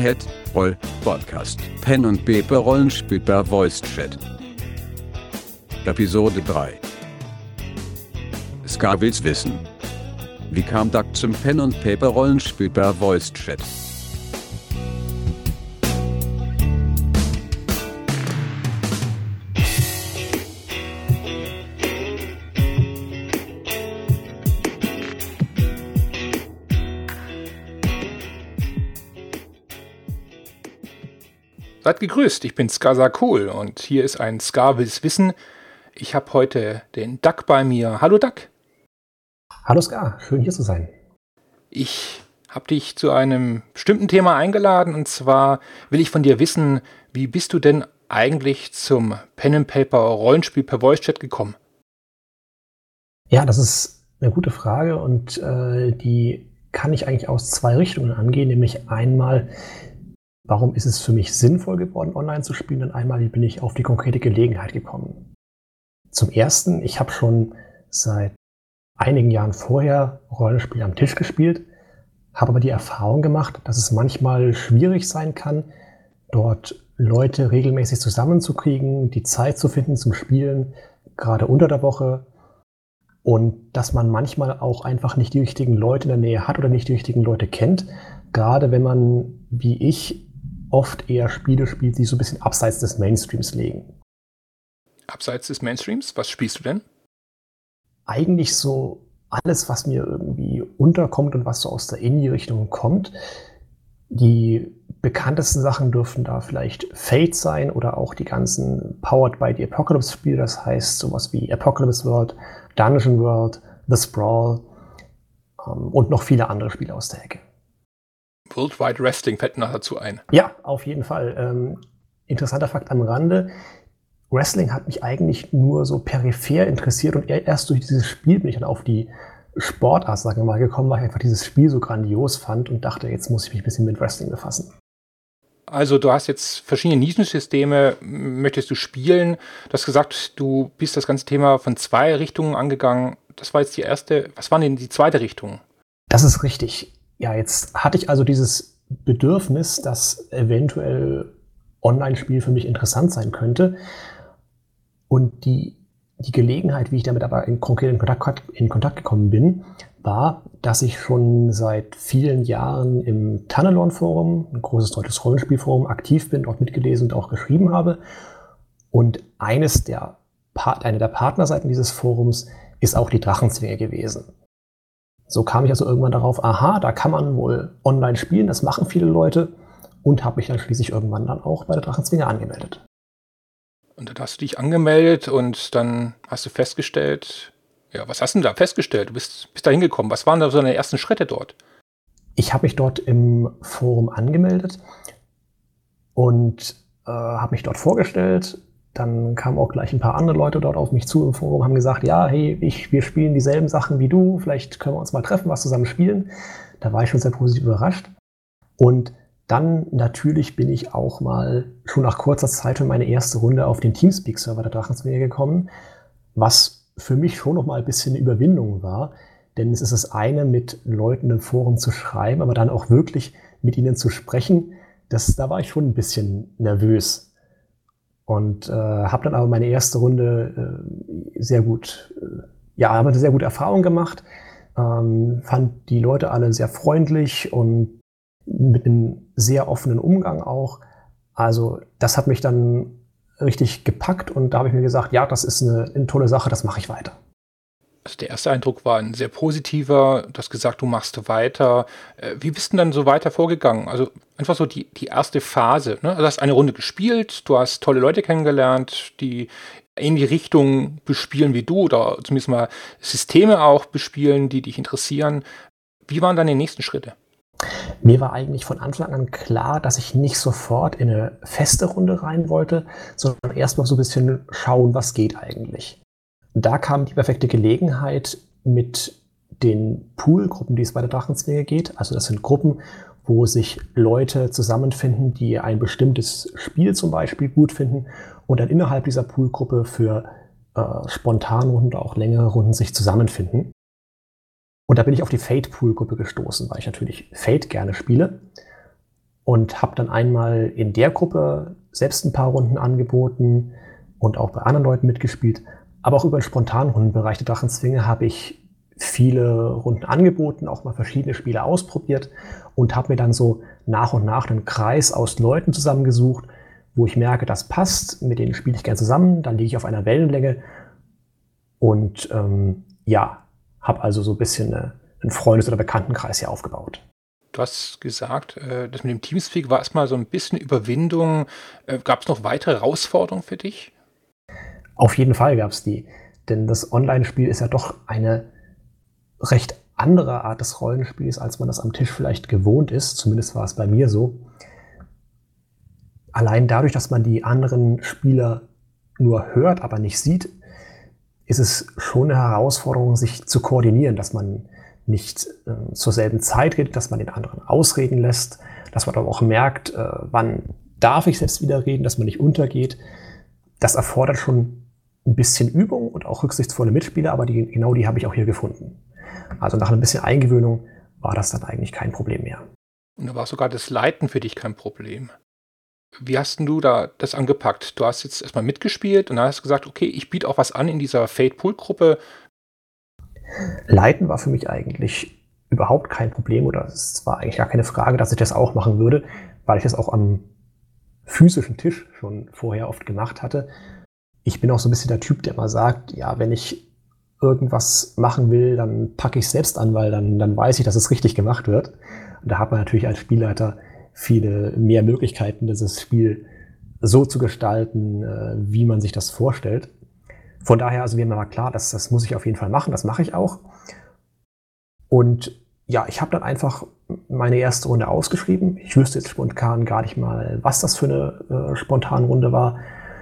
Ahead Roll Podcast Pen und Paper Rollenspiel per Voice Chat. Episode 3. Ska will's wissen. Wie kam Duck zum Pen und Paper Rollenspiel per Voice Chat? Seid gegrüßt, ich bin Ska Cool und hier ist ein Ska will's wissen. Ich habe heute den Duck bei mir. Hallo Duck. Hallo Ska, schön hier zu sein. Ich habe dich zu einem bestimmten Thema eingeladen und zwar will ich von dir wissen, wie bist du denn eigentlich zum Pen and Paper Rollenspiel per Voice Chat gekommen? Ja, das ist eine gute Frage und die kann ich eigentlich aus zwei Richtungen angehen, nämlich einmal, warum ist es für mich sinnvoll geworden, online zu spielen? Und einmal, wie bin ich auf die konkrete Gelegenheit gekommen? Zum Ersten, ich habe schon seit einigen Jahren vorher Rollenspiele am Tisch gespielt, habe aber die Erfahrung gemacht, dass es manchmal schwierig sein kann, dort Leute regelmäßig zusammenzukriegen, die Zeit zu finden zum Spielen, gerade unter der Woche. Und dass man manchmal auch einfach nicht die richtigen Leute in der Nähe hat oder nicht die richtigen Leute kennt, gerade wenn man, wie ich, oft eher Spiele spielt, die so ein bisschen abseits des Mainstreams liegen. Abseits des Mainstreams? Was spielst du denn? Eigentlich so alles, was mir irgendwie unterkommt und was so aus der Indie-Richtung kommt. Die bekanntesten Sachen dürften da vielleicht Fate sein oder auch die ganzen Powered by the Apocalypse-Spiele, das heißt sowas wie Apocalypse World, Dungeon World, The Sprawl und noch viele andere Spiele aus der Ecke. Worldwide Wrestling fällt noch dazu ein. Ja, auf jeden Fall. Interessanter Fakt am Rande. Wrestling hat mich eigentlich nur so peripher interessiert und erst durch dieses Spiel bin ich dann auf die Sportart, sagen wir mal, gekommen, weil ich einfach dieses Spiel so grandios fand und dachte, jetzt muss ich mich ein bisschen mit Wrestling befassen. Also du hast jetzt verschiedene Nischensysteme, möchtest du spielen. Du hast gesagt, du bist das ganze Thema von zwei Richtungen angegangen. Das war jetzt die erste. Was war denn die zweite Richtung? Das ist richtig. Ja, jetzt hatte ich also dieses Bedürfnis, dass eventuell Online-Spiel für mich interessant sein könnte. Und die Gelegenheit, wie ich damit aber konkret in Kontakt gekommen bin, war, dass ich schon seit vielen Jahren im Tunnelon-Forum, ein großes deutsches Rollenspielforum, aktiv bin, dort mitgelesen und auch geschrieben habe. Und eine der Partnerseiten dieses Forums ist auch die Drachenzwinge gewesen. So kam ich also irgendwann darauf, aha, da kann man wohl online spielen, das machen viele Leute und habe mich dann schließlich irgendwann dann auch bei der Drachenzwinge angemeldet. Und dann hast du dich angemeldet und dann hast du festgestellt, ja, was hast du denn da festgestellt? Du bist da hingekommen. Was waren da so deine ersten Schritte dort? Ich habe mich dort im Forum angemeldet und habe mich dort vorgestellt. Dann kamen auch gleich ein paar andere Leute dort auf mich zu im Forum, haben gesagt, ja, hey, wir spielen dieselben Sachen wie du, vielleicht können wir uns mal treffen, was zusammen spielen. Da war ich schon sehr positiv überrascht. Und dann natürlich bin ich auch mal schon nach kurzer Zeit in meine erste Runde auf den Teamspeak-Server der Drachenzwinge gekommen, was für mich schon noch mal ein bisschen eine Überwindung war, denn es ist das eine, mit Leuten im Forum zu schreiben, aber dann auch wirklich mit ihnen zu sprechen, da war ich schon ein bisschen nervös. Und habe dann aber meine erste Runde habe eine sehr gute Erfahrung gemacht, fand die Leute alle sehr freundlich und mit einem sehr offenen Umgang auch. Also das hat mich dann richtig gepackt und da habe ich mir gesagt, ja, das ist eine tolle Sache, das mache ich weiter. Also der erste Eindruck war ein sehr positiver. Du hast gesagt, du machst weiter. Wie bist du denn dann so weiter vorgegangen? Also einfach so die erste Phase. Ne? Also du hast eine Runde gespielt, du hast tolle Leute kennengelernt, die in die Richtung bespielen wie du oder zumindest mal Systeme auch bespielen, die dich interessieren. Wie waren dann die nächsten Schritte? Mir war eigentlich von Anfang an klar, dass ich nicht sofort in eine feste Runde rein wollte, sondern erstmal so ein bisschen schauen, was geht eigentlich. Da kam die perfekte Gelegenheit mit den Poolgruppen, die es bei der Drachenzwinge geht. Also das sind Gruppen, wo sich Leute zusammenfinden, die ein bestimmtes Spiel zum Beispiel gut finden und dann innerhalb dieser Poolgruppe für Spontanrunden oder auch längere Runden sich zusammenfinden. Und da bin ich auf die Fate-Pool-Gruppe gestoßen, weil ich natürlich Fate gerne spiele. und habe dann einmal in der Gruppe selbst ein paar Runden angeboten und auch bei anderen Leuten mitgespielt. Aber auch über den Spontanrundenbereich der Drachenzwinge habe ich viele Runden angeboten, auch mal verschiedene Spiele ausprobiert und habe mir dann so nach und nach einen Kreis aus Leuten zusammengesucht, wo ich merke, das passt, mit denen spiele ich gerne zusammen, dann liege ich auf einer Wellenlänge und habe also so ein bisschen einen Freundes- oder Bekanntenkreis hier aufgebaut. Du hast gesagt, das mit dem Teamspeak war erstmal so ein bisschen Überwindung. Gab es noch weitere Herausforderungen für dich? Auf jeden Fall gab es die, denn das Online-Spiel ist ja doch eine recht andere Art des Rollenspiels, als man das am Tisch vielleicht gewohnt ist. Zumindest war es bei mir so. Allein dadurch, dass man die anderen Spieler nur hört, aber nicht sieht, ist es schon eine Herausforderung, sich zu koordinieren, dass man nicht zur selben Zeit redet, dass man den anderen ausreden lässt, dass man aber auch merkt, wann darf ich selbst wieder reden, dass man nicht untergeht. Das erfordert schon ein bisschen Übung und auch rücksichtsvolle Mitspieler, aber genau die habe ich auch hier gefunden. Also nach ein bisschen Eingewöhnung war das dann eigentlich kein Problem mehr. Und da war sogar das Leiten für dich kein Problem. Wie hast denn du da das angepackt? Du hast jetzt erstmal mitgespielt und dann hast du gesagt, okay, ich biete auch was an in dieser Fate-Pool-Gruppe. Leiten war für mich eigentlich überhaupt kein Problem oder es war eigentlich gar keine Frage, dass ich das auch machen würde, weil ich das auch am physischen Tisch schon vorher oft gemacht hatte. Ich bin auch so ein bisschen der Typ, der immer sagt, ja, wenn ich irgendwas machen will, dann packe ich es selbst an, weil dann weiß ich, dass es richtig gemacht wird. Und da hat man natürlich als Spielleiter viele mehr Möglichkeiten, dieses Spiel so zu gestalten, wie man sich das vorstellt. Von daher, also mir war klar, das muss ich auf jeden Fall machen, das mache ich auch. Und ja, ich habe dann einfach meine erste Runde ausgeschrieben. Ich wüsste jetzt spontan gar nicht mal, was das für eine Spontanrunde war.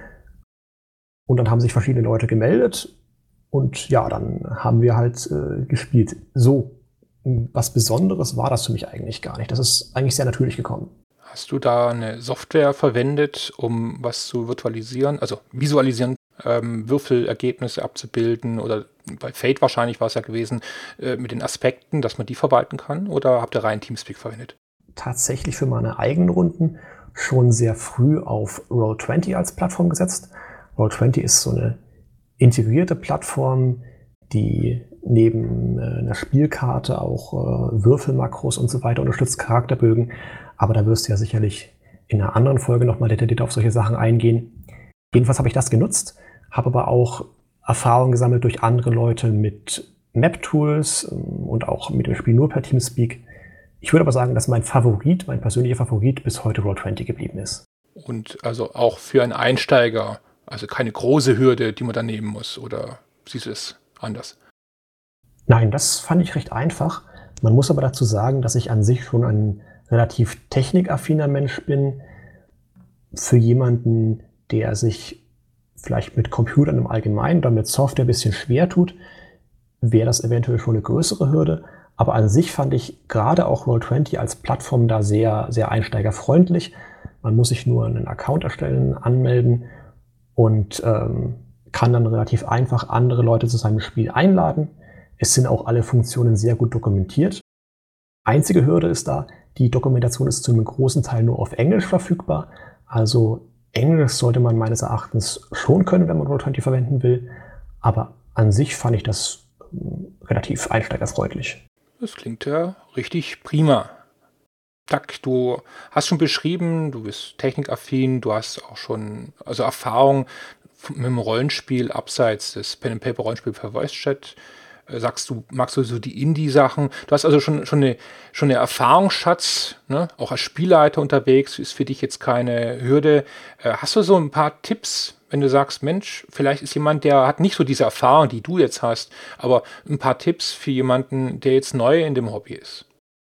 Und dann haben sich verschiedene Leute gemeldet und ja, dann haben wir halt gespielt. So was Besonderes war das für mich eigentlich gar nicht. Das ist eigentlich sehr natürlich gekommen. Hast du da eine Software verwendet, um was zu virtualisieren, also visualisieren, Würfelergebnisse abzubilden oder bei Fate wahrscheinlich war es ja gewesen, mit den Aspekten, dass man die verwalten kann oder habt ihr rein Teamspeak verwendet? Tatsächlich für meine eigenen Runden schon sehr früh auf Roll20 als Plattform gesetzt. Roll20 ist so eine integrierte Plattform, die neben einer Spielkarte auch Würfelmakros und so weiter unterstützt, Charakterbögen. Aber da wirst du ja sicherlich in einer anderen Folge nochmal detailliert auf solche Sachen eingehen. Jedenfalls habe ich das genutzt, habe aber auch Erfahrung gesammelt durch andere Leute mit Map-Tools und auch mit dem Spiel nur per Teamspeak. Ich würde aber sagen, dass mein persönlicher Favorit bis heute Roll20 geblieben ist. Und also auch für einen Einsteiger, also keine große Hürde, die man da nehmen muss, oder siehst du es anders? Nein, das fand ich recht einfach. Man muss aber dazu sagen, dass ich an sich schon ein relativ technikaffiner Mensch bin. Für jemanden, der sich vielleicht mit Computern im Allgemeinen oder mit Software ein bisschen schwer tut, wäre das eventuell schon eine größere Hürde. Aber an sich fand ich gerade auch Roll20 als Plattform da sehr, sehr einsteigerfreundlich. Man muss sich nur einen Account erstellen, anmelden und kann dann relativ einfach andere Leute zu seinem Spiel einladen. Es sind auch alle Funktionen sehr gut dokumentiert. Einzige Hürde ist da, die Dokumentation ist zu einem großen Teil nur auf Englisch verfügbar. Also Englisch sollte man meines Erachtens schon können, wenn man Roll20 verwenden will. Aber an sich fand ich das relativ einsteigerfreundlich. Das klingt ja richtig prima. Tack, du hast schon beschrieben, du bist technikaffin, du hast auch schon Erfahrung mit dem Rollenspiel abseits des Pen-and-Paper-Rollenspiels per Voice-Chat. Sagst du, magst du so die Indie-Sachen? Du hast also schon eine Erfahrungsschatz, ne? Auch als Spielleiter unterwegs, ist für dich jetzt keine Hürde. Hast du so ein paar Tipps, wenn du sagst, Mensch, vielleicht ist jemand, der hat nicht so diese Erfahrung, die du jetzt hast, aber ein paar Tipps für jemanden, der jetzt neu in dem Hobby ist?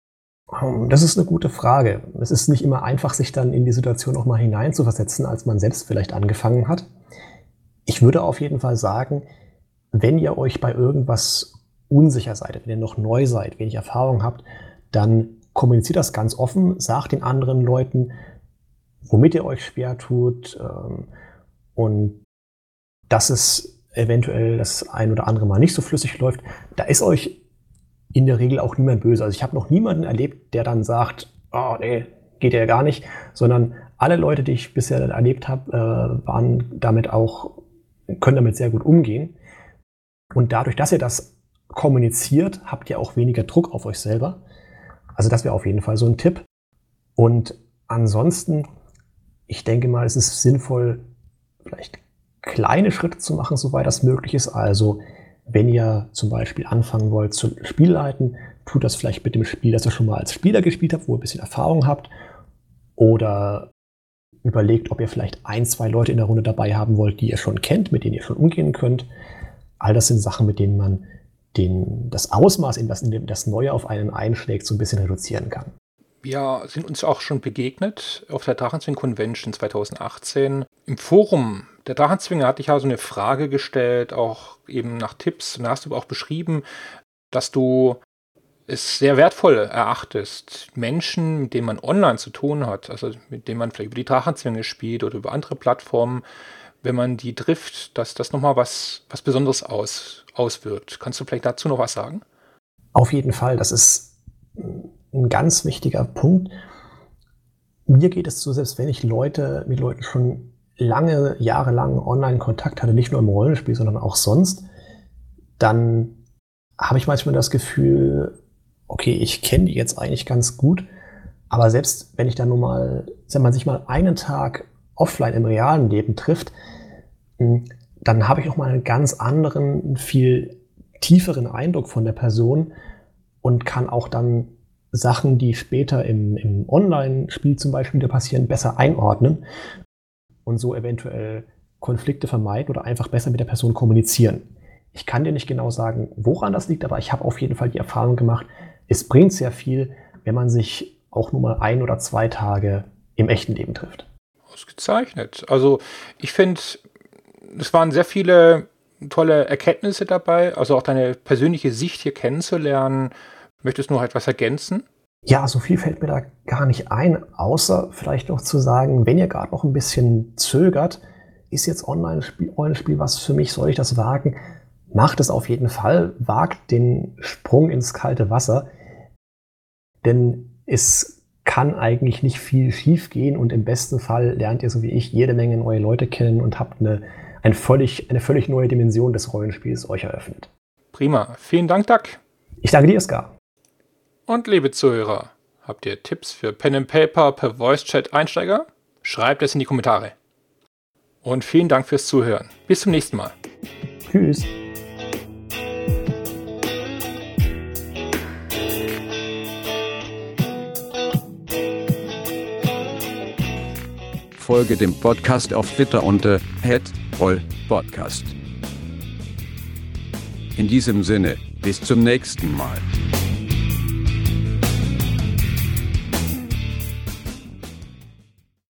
Das ist eine gute Frage. Es ist nicht immer einfach, sich dann in die Situation auch mal hineinzuversetzen, als man selbst vielleicht angefangen hat. Ich würde auf jeden Fall sagen, wenn ihr euch bei irgendwas unsicher seid, wenn ihr noch neu seid, wenig Erfahrung habt, dann kommuniziert das ganz offen, sagt den anderen Leuten, womit ihr euch schwer tut und dass es eventuell das ein oder andere Mal nicht so flüssig läuft. Da ist euch in der Regel auch niemand böse. Also ich habe noch niemanden erlebt, der dann sagt, oh nee, geht ja gar nicht, sondern alle Leute, die ich bisher erlebt habe, können damit sehr gut umgehen. Und dadurch, dass ihr das kommuniziert, habt ihr auch weniger Druck auf euch selber. Also das wäre auf jeden Fall so ein Tipp. Und ansonsten, ich denke mal, es ist sinnvoll, vielleicht kleine Schritte zu machen, soweit das möglich ist. Also wenn ihr zum Beispiel anfangen wollt zu Spielleiten, tut das vielleicht mit dem Spiel, das ihr schon mal als Spieler gespielt habt, wo ihr ein bisschen Erfahrung habt. Oder überlegt, ob ihr vielleicht 1, 2 Leute in der Runde dabei haben wollt, die ihr schon kennt, mit denen ihr schon umgehen könnt. All das sind Sachen, mit denen man das Ausmaß, in dem das Neue auf einen einschlägt, so ein bisschen reduzieren kann. Wir sind uns auch schon begegnet auf der Drachenzwing Convention 2018. Im Forum der Drachenzwinger hatte ich ja so eine Frage gestellt, auch eben nach Tipps. Und da hast du auch beschrieben, dass du es sehr wertvoll erachtest, Menschen, mit denen man online zu tun hat, also mit denen man vielleicht über die Drachenzwinge spielt oder über andere Plattformen, wenn man die trifft, dass das nochmal was Besonderes auswirkt. Kannst du vielleicht dazu noch was sagen? Auf jeden Fall, das ist ein ganz wichtiger Punkt. Mir geht es so, selbst wenn ich mit Leuten schon jahrelang online Kontakt hatte, nicht nur im Rollenspiel, sondern auch sonst, dann habe ich manchmal das Gefühl, okay, ich kenne die jetzt eigentlich ganz gut, aber selbst wenn ich dann wenn man sich mal einen Tag offline im realen Leben trifft, dann habe ich noch mal einen ganz anderen, viel tieferen Eindruck von der Person und kann auch dann Sachen, die später im Online-Spiel zum Beispiel wieder passieren, besser einordnen und so eventuell Konflikte vermeiden oder einfach besser mit der Person kommunizieren. Ich kann dir nicht genau sagen, woran das liegt, aber ich habe auf jeden Fall die Erfahrung gemacht, es bringt sehr viel, wenn man sich auch nur mal 1 oder 2 Tage im echten Leben trifft. Ausgezeichnet. Also ich finde, es waren sehr viele tolle Erkenntnisse dabei, also auch deine persönliche Sicht hier kennenzulernen. Möchtest du noch etwas ergänzen? Ja, so viel fällt mir da gar nicht ein, außer vielleicht noch zu sagen, wenn ihr gerade noch ein bisschen zögert, ist jetzt Rollenspiel was für mich, soll ich das wagen? Macht es auf jeden Fall, wagt den Sprung ins kalte Wasser, denn es kann eigentlich nicht viel schief gehen und im besten Fall lernt ihr, so wie ich, jede Menge neue Leute kennen und habt eine völlig neue Dimension des Rollenspiels euch eröffnet. Prima. Vielen Dank, Doug. Ich danke dir, Ska. Und liebe Zuhörer, habt ihr Tipps für Pen and Paper per Voice-Chat-Einsteiger? Schreibt es in die Kommentare. Und vielen Dank fürs Zuhören. Bis zum nächsten Mal. Tschüss. Folge dem Podcast auf Twitter unter @rollpodcast. In diesem Sinne, bis zum nächsten Mal.